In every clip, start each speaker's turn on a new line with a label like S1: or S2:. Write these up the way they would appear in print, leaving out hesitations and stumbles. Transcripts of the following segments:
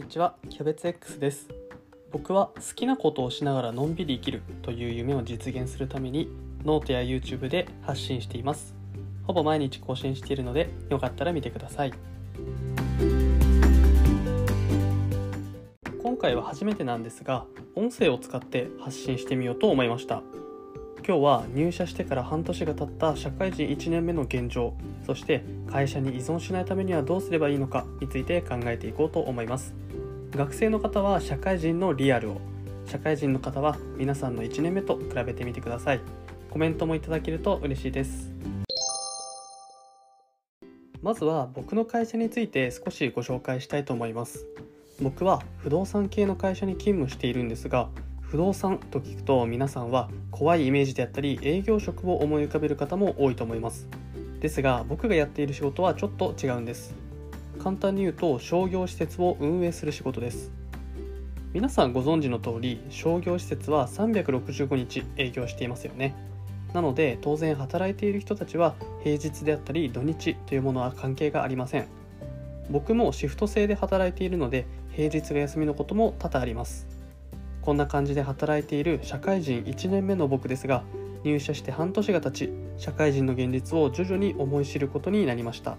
S1: ちは、キャベツ X です。僕は好きなことをしながらのんびり生きるという夢を実現するためにノートや YouTube で発信しています。ほぼ毎日更新しているのでよかったら見てください。今回は初めてなんですが、音声を使って発信してみようと思いました。今日は入社してから半年が経った社会人1年目の現状、そして会社に依存しないためにはどうすればいいのかについて考えていこうと思います。学生の方は社会人のリアルを、社会人の方は皆さんの1年目と比べてみてください。コメントもいただけると嬉しいです。まずは僕の会社について少しご紹介したいと思います。僕は不動産系の会社に勤務しているんですが、不動産と聞くと皆さんは怖いイメージであったり営業職を思い浮かべる方も多いと思います。ですが僕がやっている仕事はちょっと違うんです。簡単に言うと商業施設を運営する仕事です。皆さんご存知の通り商業施設は365日営業していますよね。なので当然働いている人たちは平日であったり土日というものは関係がありません。僕もシフト制で働いているので平日が休みのことも多々あります。こんな感じで働いている社会人1年目の僕ですが、入社して半年が経ち、社会人の現実を徐々に思い知ることになりました。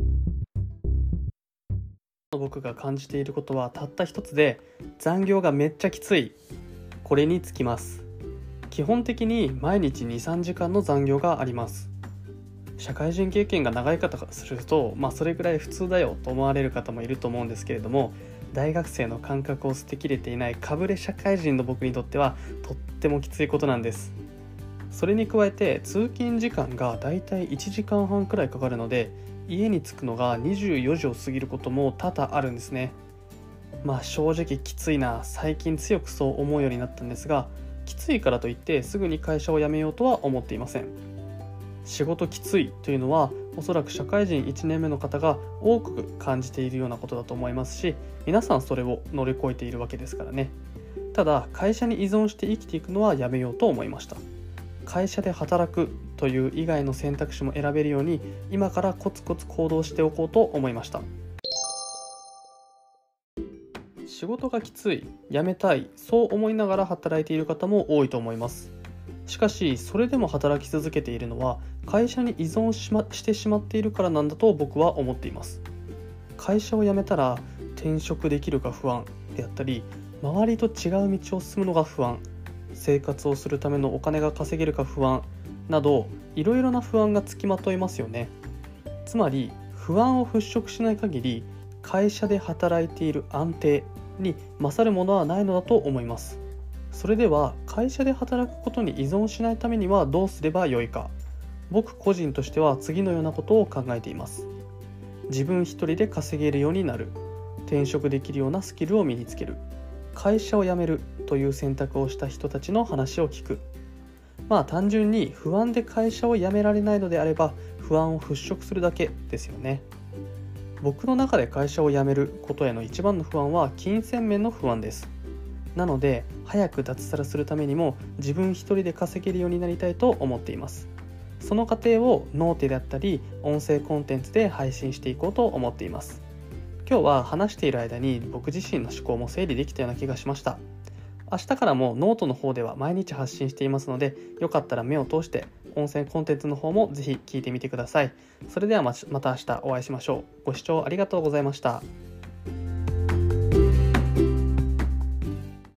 S1: 僕が感じていることはたった一つで、残業がめっちゃきつい。これにつきます。基本的に毎日 2,3 時間の残業があります。社会人経験が長い方からすると、それぐらい普通だよと思われる方もいると思うんですけれども、大学生の感覚を捨てきれていないかぶれ社会人の僕にとってはとってもきついことなんです。それに加えて通勤時間がだいたい1時間半くらいかかるので、家に着くのが24時を過ぎることも多々あるんですね。正直きついな、最近強くそう思うようになったんですが、きついからといってすぐに会社を辞めようとは思っていません。仕事きついというのはおそらく社会人1年目の方が多く感じているようなことだと思いますし、皆さんそれを乗り越えているわけですからね。ただ会社に依存して生きていくのはやめようと思いました。会社で働くという以外の選択肢も選べるように今からコツコツ行動しておこうと思いました。仕事がきつい、辞めたい、そう思いながら働いている方も多いと思います。しかしそれでも働き続けているのは会社に依存してしまっているからなんだと僕は思っています。会社を辞めたら転職できるか不安であったり、周りと違う道を進むのが不安、生活をするためのお金が稼げるか不安など、いろいろな不安がつきまといますよね。つまり不安を払拭しない限り会社で働いている安定に勝るものはないのだと思います。それでは会社で働くことに依存しないためにはどうすればよいか。僕個人としては次のようなことを考えています。自分一人で稼げるようになる、転職できるようなスキルを身につける、会社を辞めるという選択をした人たちの話を聞く。単純に不安で会社を辞められないのであれば不安を払拭するだけですよね。僕の中で会社を辞めることへの一番の不安は金銭面の不安です。なので早く脱サラするためにも自分一人で稼げるようになりたいと思っています。その過程をノートであったり音声コンテンツで配信していこうと思っています。今日は話している間に僕自身の思考も整理できたような気がしました。明日からもノートの方では毎日発信していますので、よかったら目を通して音声コンテンツの方もぜひ聞いてみてください。それではまた明日お会いしましょう。ご視聴ありがとうございました。